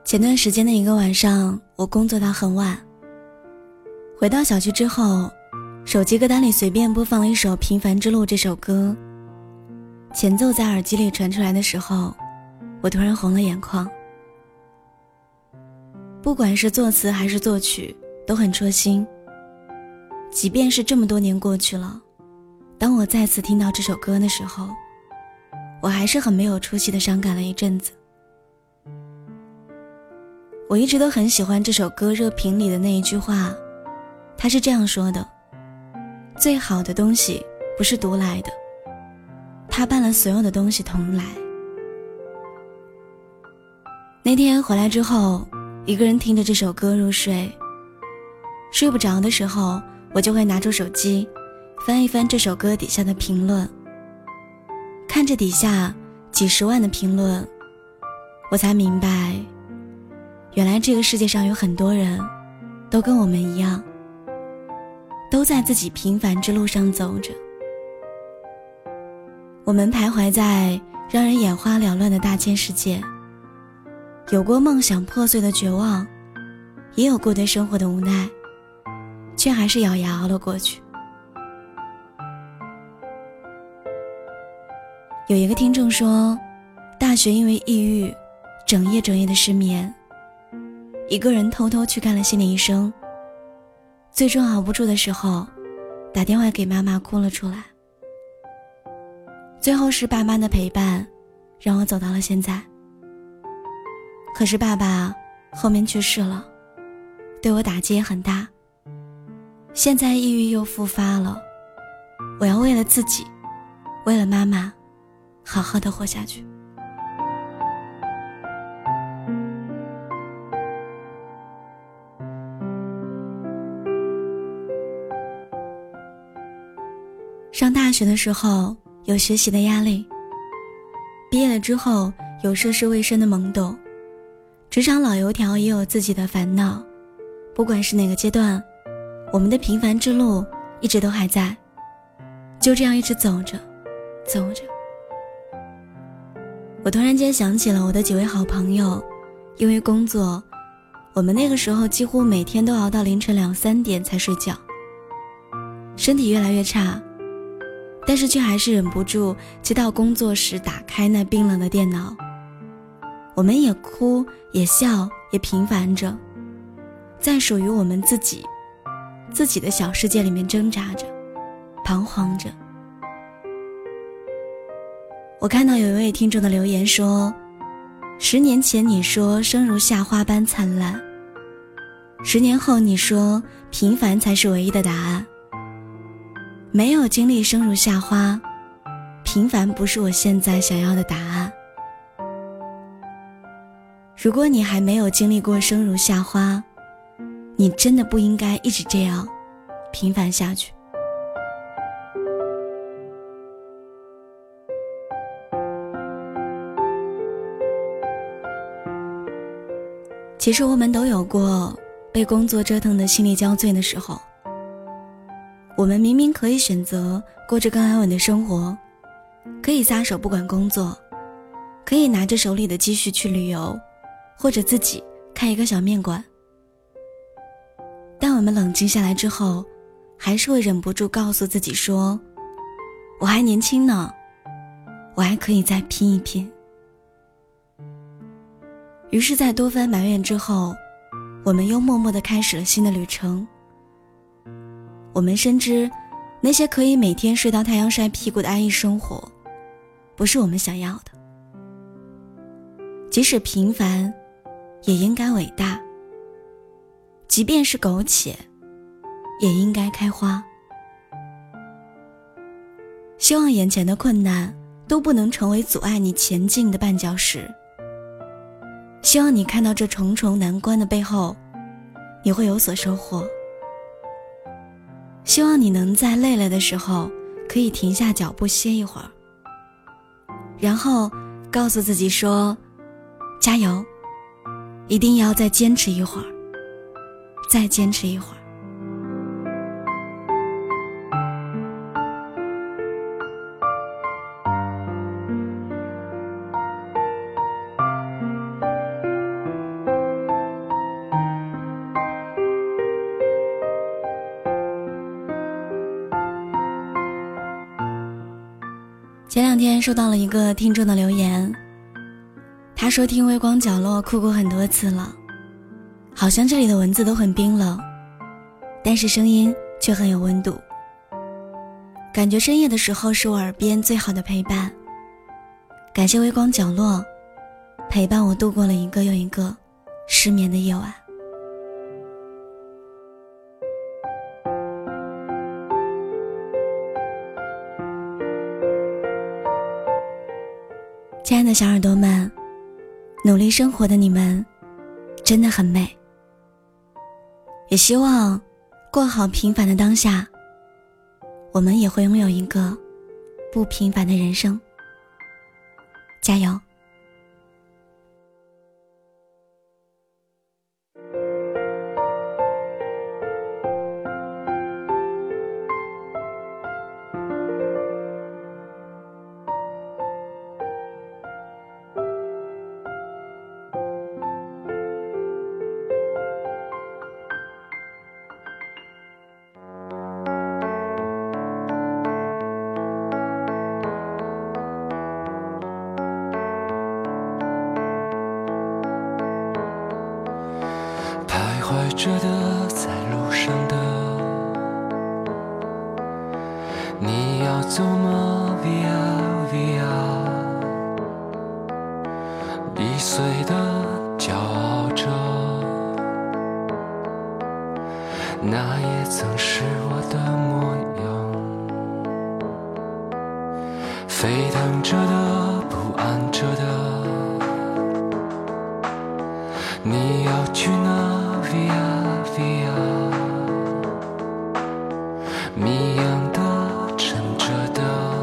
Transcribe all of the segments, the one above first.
前段时间的一个晚上，我工作到很晚，回到小区之后，手机歌单里随便播放了一首《平凡之路》这首歌，前奏在耳机里传出来的时候，我突然红了眼眶。不管是作词还是作曲，都很戳心。即便是这么多年过去了，当我再次听到这首歌的时候，我还是很没有出息的伤感了一阵子。我一直都很喜欢这首歌热评里的那一句话，他是这样说的：最好的东西不是独来的，它伴了所有的东西同来。那天回来之后，一个人听着这首歌入睡，睡不着的时候，我就会拿出手机翻一翻这首歌底下的评论，看着底下几十万的评论，我才明白，原来这个世界上有很多人都跟我们一样，都在自己平凡之路上走着。我们徘徊在让人眼花缭乱的大千世界，有过梦想破碎的绝望，也有过对生活的无奈，却还是咬牙熬了过去。有一个听众说，大学因为抑郁整夜的失眠，一个人偷偷去看了心理医生，最终熬不住的时候打电话给妈妈哭了出来。最后是爸妈的陪伴让我走到了现在。可是爸爸后面去世了，对我打击也很大。现在抑郁又复发了，我要为了自己，为了妈妈，好好的活下去。上大学的时候有学习的压力，毕业了之后有涉世未深的懵懂，职场老油条也有自己的烦恼。不管是哪个阶段，我们的平凡之路一直都还在，就这样一直走着走着。我突然间想起了我的几位好朋友，因为工作，我们那个时候几乎每天都熬到凌晨2、3点才睡觉，身体越来越差，但是却还是忍不住接到工作时打开那冰冷的电脑。我们也哭也笑也平凡着，在属于我们自己的小世界里面挣扎着彷徨着。我看到有一位听众的留言说，10年前你说生如夏花般灿烂，10年后你说平凡才是唯一的答案。没有经历生如夏花，平凡不是我现在想要的答案。如果你还没有经历过生如夏花，你真的不应该一直这样平凡下去。其实我们都有过被工作折腾得心力交瘁的时候，我们明明可以选择过着更安稳的生活，可以撒手不管工作，可以拿着手里的积蓄去旅游，或者自己开一个小面馆。但我们冷静下来之后，还是会忍不住告诉自己说，我还年轻呢，我还可以再拼一拼。于是在多番埋怨之后，我们又默默地开始了新的旅程。我们深知那些可以每天睡到太阳晒屁股的安逸生活不是我们想要的，即使平凡也应该伟大，即便是苟且也应该开花。希望眼前的困难都不能成为阻碍你前进的绊脚石。希望你看到这重重难关的背后，你会有所收获。希望你能在累了的时候可以停下脚步歇一会儿，然后告诉自己说，加油，一定要再坚持一会儿，再坚持一会儿。 前2天收到了一个听众的留言，他说听微光角落哭过很多次了，好像这里的文字都很冰冷，但是声音却很有温度，感觉深夜的时候是我耳边最好的陪伴。感谢微光角落陪伴我度过了一个又一个失眠的夜晚。亲爱的小耳朵们，努力生活的你们真的很美，也希望过好平凡的当下，我们也会拥有一个不平凡的人生。加油！ 怀着的，在路上的，你要走吗 ？Via Via， 易碎的骄傲着，那也曾是我的模样。沸腾着的，不安着的，你要去哪？ Via Via， 谜样的，沉着的，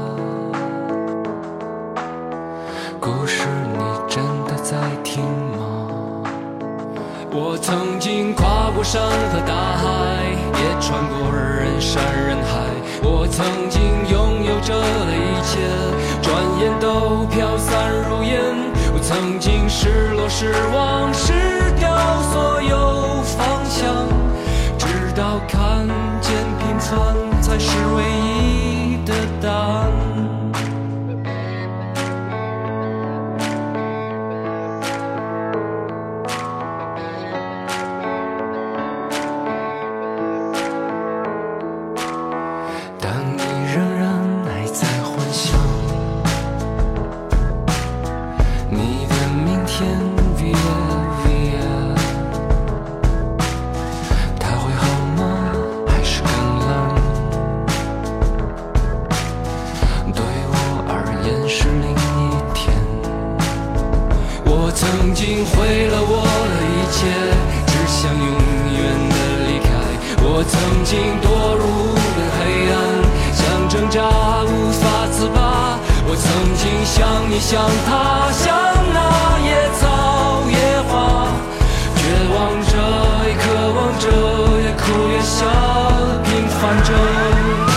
故事你真的在听吗？我曾经跨过山和大海，也穿过人山人海。我曾经拥有着的一切，转眼都飘散如烟。我曾经失落失望失掉所有方向，直到看见平凡才是唯一的答案。当你仍然还在幻想你的明天 Via Via， 它会好吗？还是更冷？对我而言是另一天。我曾经毁了我的一切，只想永远的离开。我曾经堕入黑暗，想挣扎无法自拔。我曾经像你像他，像那野草野花，绝望着也渴望着，也哭也笑，平凡着。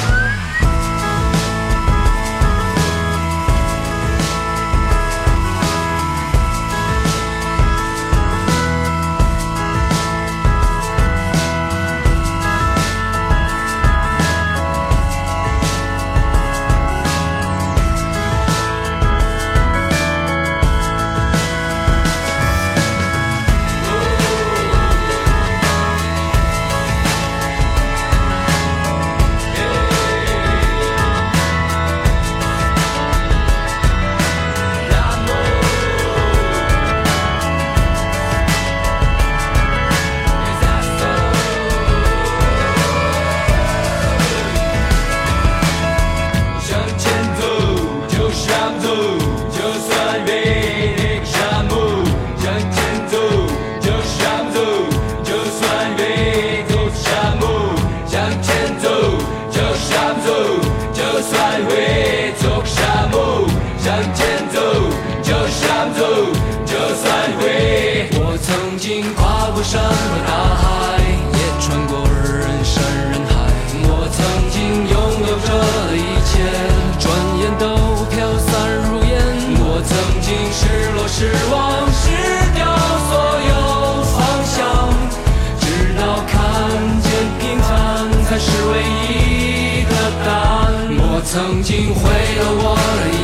我曾经跨过山和大海，也穿过人山人海。我曾经拥有着的一切，转眼都飘散如烟。我曾经失落失望失掉所有方向，直到看见平凡才是唯一的答案。我曾经毁了我的一切，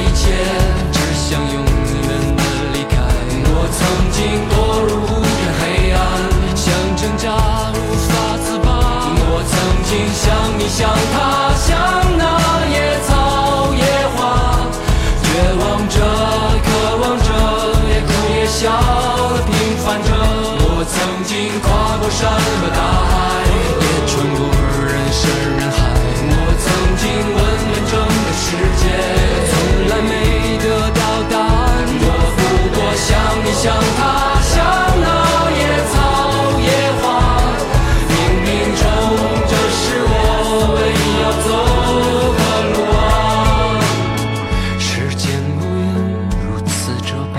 想永远的离开。我曾经堕入无边黑暗，想挣扎无法自拔。我曾经像你像他，像那野草野花，绝望着渴望着，也哭也笑地平凡着。我曾经跨过山和大海，也穿过人山人海。我曾经问完整个世界，从来没得到答案。我不过像你像他，像那野草野花，冥冥中这是我唯一要走的路啊。时间无言如此这般，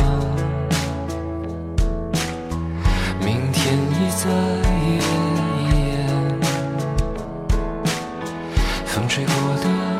明天已在眼，风吹过的